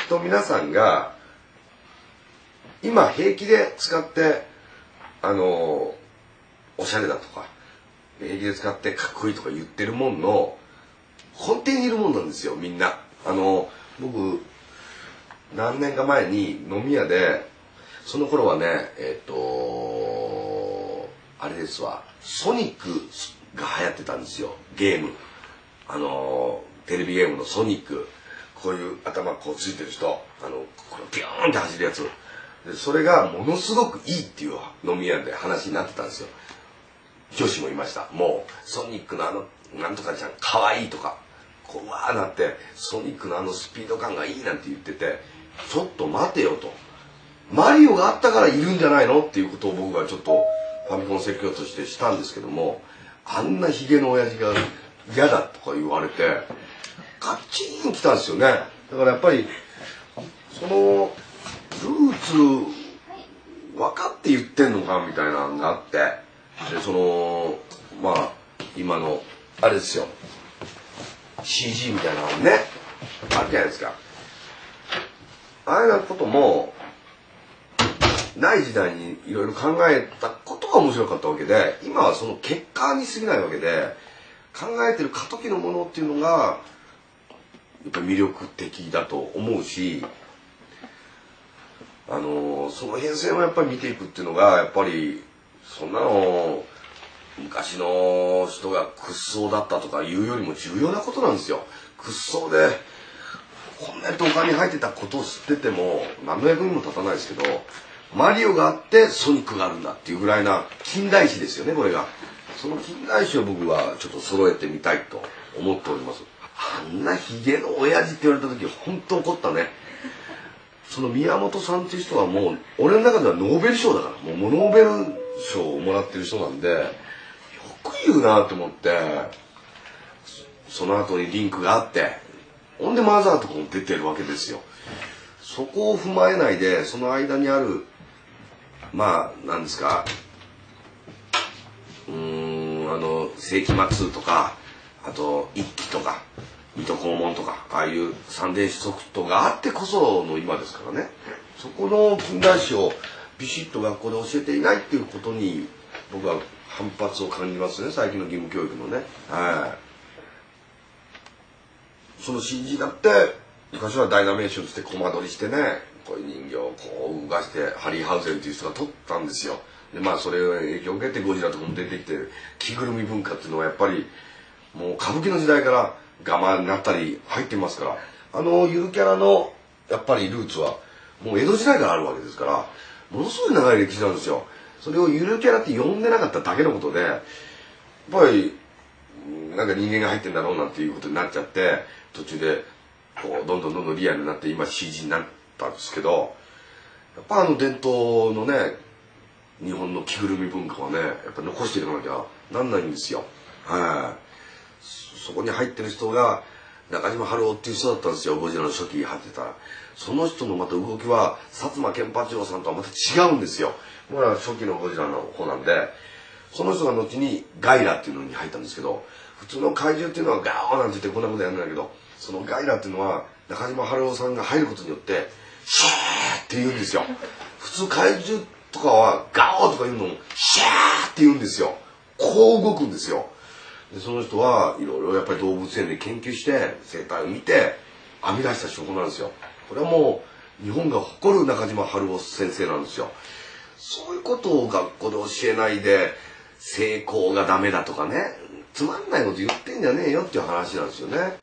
と皆さんが今平気で使っておしゃれだとか平気で使ってかっこいいとか言ってるもんの根底にいるもんなんですよ、みんな。僕何年か前に飲み屋で、その頃はねあれですわ、ソニックが流行ってたんですよ、ゲーム。テレビゲームのソニック、こういう頭こうついてる人、これピューンって走るやつで、それがものすごくいいっていう飲み屋で話になってたんですよ。女子もいました。もうソニックのなんとかちゃんかわいいとか、こうわーなってソニックのスピード感がいいなんて言ってて、ちょっと待てよと、マリオがあったからいるんじゃないのっていうことを僕はちょっとファミコン説教としてしたんですけども、あんなヒゲの親父が嫌だとか言われてカッチンきたんですよね。だからやっぱりそのルーツ分かって言ってんのかみたいなのがあって、でまあ今のあれですよ、 CG みたいなのねあるじゃないですか。ああいうこともない時代にいろいろ考えたことが面白かったわけで、今はその結果に過ぎないわけで、考えてる過渡期のものっていうのがやっぱり魅力的だと思うし、その変遷をやっぱり見ていくっていうのが、やっぱりそんなの昔の人が屈葬だったとかいうよりも重要なことなんですよ。屈葬でこんなにお金に入ってたことを知ってても何の役にも立たないですけど、マリオがあってソニックがあるんだっていうぐらいな近代史ですよね、これが。その近代史を僕はちょっと揃えてみたいと思っております。あんなヒゲの親父って言われた時本当怒ったね。その宮本さんっていう人はもう俺の中ではノーベル賞だから、もうノーベル賞をもらってる人なんで、よく言うなと思って。その後にリンクがあって、ほんでマザーとかも出てるわけですよ。そこを踏まえないで、その間にあるまあなんですか、世紀末とか、あと一揆とか水戸黄門とか、ああいう三伝子ソフトがあってこその今ですからね。そこの近代史をビシッと学校で教えていないっていうことに僕は反発を感じますね、最近の義務教育のね。その CG だって昔はダイナメーションしてコマ撮りしてね、こういう人形をこう動かしてハリー・ハウゼンっていう人が撮ったんですよ。でまあそれを影響を受けてゴジラとかも出てきて、着ぐるみ文化っていうのはやっぱりもう歌舞伎の時代からガマになったり入ってますから、ゆるキャラのやっぱりルーツはもう江戸時代からあるわけですから、ものすごい長い歴史なんですよ。それをゆるキャラって呼んでなかっただけのことで、やっぱりなんか人間が入ってんだろうなんていうことになっちゃって、途中でこうどんどんリアルになって今 CG になったんですけど、やっぱ伝統のね日本の着ぐるみ文化はねやっぱ残していかなきゃなんないんですよ。そこに入ってる人が中島春夫っていう人だったんですよ、ゴジラの初期入ってたら。その人のまた動きは薩摩健八郎さんとはまた違うんですよ。僕ら初期のゴジラの方なんで、その人が後にガイラっていうのに入ったんですけど、普通の怪獣っていうのはガーなんて言ってこんなことやるんだけど、そのガイラっていうのは中島春夫さんが入ることによってシャーって言うんですよ。普通怪獣とかはガオーとか言うのもシャーって言うんですよ。こう動くんですよ。でその人はいろいろやっぱり動物園で研究して生態を見て編み出した証拠なんですよ。これはもう日本が誇る中島春夫先生なんですよ。そういうことを学校で教えないで成功がダメだとかね、つまんないこと言ってんじゃねえよっていう話なんですよね。